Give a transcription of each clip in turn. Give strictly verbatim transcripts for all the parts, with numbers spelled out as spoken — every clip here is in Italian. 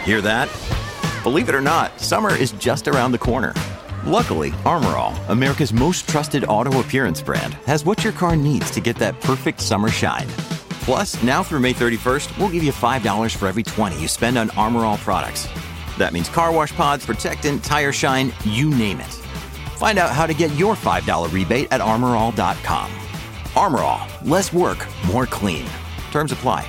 Hear that? Believe it or not, summer is just around the corner. Luckily, Armor All, America's most trusted auto appearance brand, has what your car needs to get that perfect summer shine. Plus, now through May thirty-first, we'll give you five dollars for every twenty you spend on Armor All products. That means car wash pods, protectant, tire shine, you name it. Find out how to get your five dollars rebate at armor all dot com. Armor All, less work, more clean. Terms apply.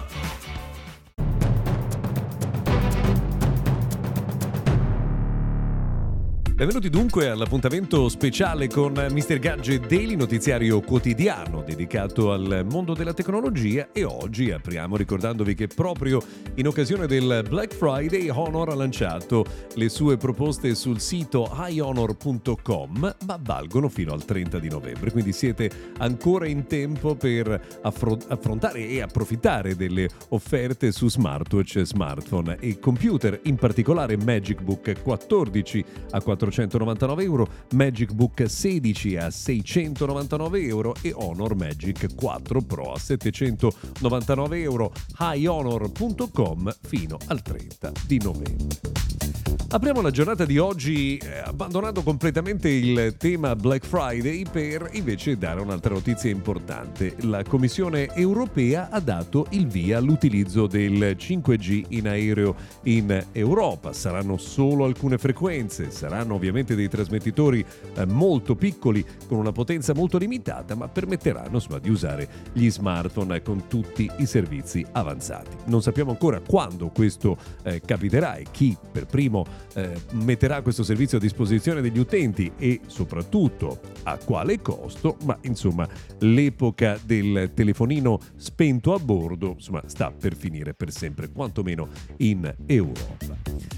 Benvenuti dunque all'appuntamento speciale con mister Gadget Daily, notiziario quotidiano dedicato al mondo della tecnologia, e oggi apriamo ricordandovi che proprio in occasione del Black Friday Honor ha lanciato le sue proposte sul sito i honor punto com, ma valgono fino al trenta di novembre, quindi siete ancora in tempo per affro- affrontare e approfittare delle offerte su smartwatch, smartphone e computer, in particolare Magic Book quattordici a quattrocentonovantanove euro, Magic Book sedici a seicentonovantanove euro e Honor Magic quattro Pro a settecentonovantanove euro. i honor punto com fino al trenta di novembre. Apriamo la giornata di oggi eh, abbandonando completamente il tema Black Friday per invece dare un'altra notizia importante. La Commissione europea ha dato il via all'utilizzo del cinque G in aereo in Europa. Saranno solo alcune frequenze, saranno ovviamente dei trasmettitori eh, molto piccoli con una potenza molto limitata, ma permetteranno insomma di usare gli smartphone con tutti i servizi avanzati. Non sappiamo ancora quando questo eh, capiterà e chi per primo eh, metterà questo servizio a disposizione degli utenti e soprattutto a quale costo, ma insomma l'epoca del telefonino spento a bordo insomma sta per finire per sempre, quantomeno in Europa.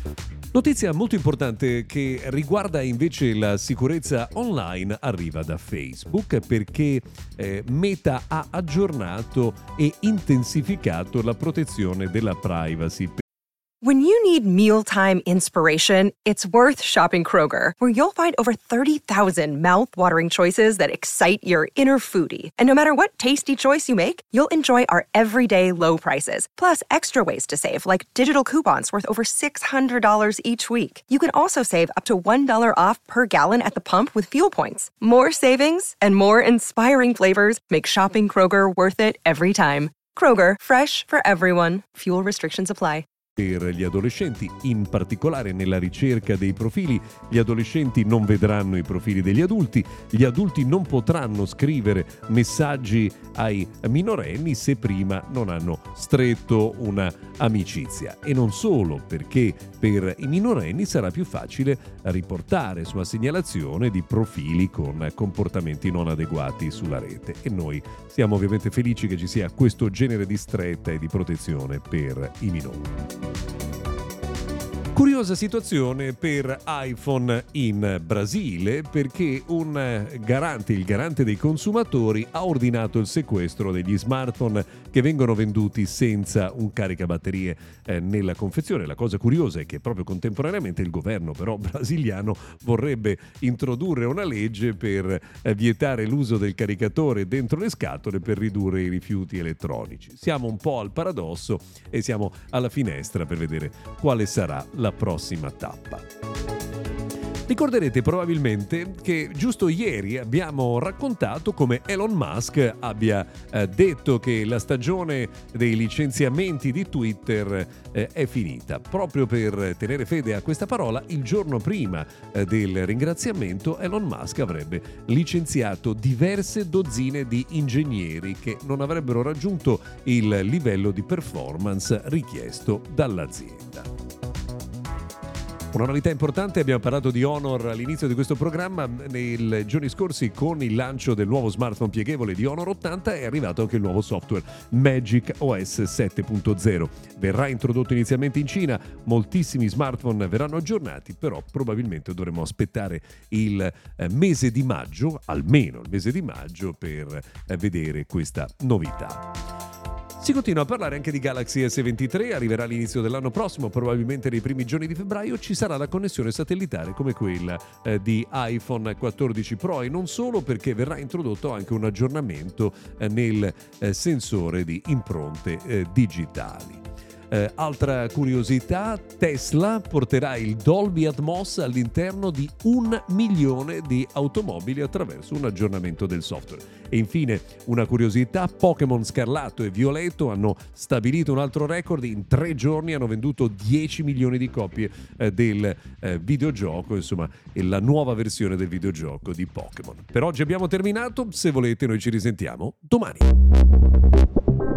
Notizia molto importante che riguarda invece la sicurezza online arriva da Facebook, perché eh, Meta ha aggiornato e intensificato la protezione della privacy. When you need mealtime inspiration, it's worth shopping Kroger, where you'll find over thirty thousand mouth-watering choices that excite your inner foodie. And no matter what tasty choice you make, you'll enjoy our everyday low prices, plus extra ways to save, like digital coupons worth over six hundred dollars each week. You can also save up to one dollar off per gallon at the pump with fuel points. More savings and more inspiring flavors make shopping Kroger worth it every time. Kroger, fresh for everyone. Fuel restrictions apply. Per gli adolescenti, in particolare nella ricerca dei profili, gli adolescenti non vedranno i profili degli adulti, gli adulti non potranno scrivere messaggi ai minorenni se prima non hanno stretto una amicizia. E non solo, perché per i minorenni sarà più facile riportare su una segnalazione di profili con comportamenti non adeguati sulla rete. E noi siamo ovviamente felici che ci sia questo genere di stretta e di protezione per i minori. Curiosa situazione per iPhone in Brasile, perché un garante, il garante dei consumatori, ha ordinato il sequestro degli smartphone che vengono venduti senza un caricabatterie eh, nella confezione. La cosa curiosa è che proprio contemporaneamente il governo però brasiliano vorrebbe introdurre una legge per eh, vietare l'uso del caricatore dentro le scatole per ridurre i rifiuti elettronici. Siamo un po' al paradosso e siamo alla finestra per vedere quale sarà la prossima tappa. Ricorderete probabilmente che giusto ieri abbiamo raccontato come Elon Musk abbia eh, detto che la stagione dei licenziamenti di Twitter eh, è finita. Proprio per tenere fede a questa parola, il giorno prima eh, del ringraziamento Elon Musk avrebbe licenziato diverse dozzine di ingegneri che non avrebbero raggiunto il livello di performance richiesto dall'azienda. Una novità importante, abbiamo parlato di Honor all'inizio di questo programma, nei giorni scorsi con il lancio del nuovo smartphone pieghevole di Honor ottanta è arrivato anche il nuovo software Magic O S sette punto zero. Verrà introdotto inizialmente in Cina, moltissimi smartphone verranno aggiornati, però probabilmente dovremo aspettare il mese di maggio, almeno il mese di maggio, per vedere questa novità. Si continua a parlare anche di Galaxy S ventitré, arriverà all'inizio dell'anno prossimo, probabilmente nei primi giorni di febbraio ci sarà la connessione satellitare come quella eh, di iPhone quattordici Pro, e non solo, perché verrà introdotto anche un aggiornamento eh, nel eh, sensore di impronte eh, digitali. Eh, altra curiosità, Tesla porterà il Dolby Atmos all'interno di un milione di automobili attraverso un aggiornamento del software. E infine una curiosità, Pokémon Scarlatto e Violetto hanno stabilito un altro record: in tre giorni hanno venduto dieci milioni di copie eh, del eh, videogioco, insomma è la nuova versione del videogioco di Pokémon. Per oggi abbiamo terminato, se volete noi ci risentiamo domani.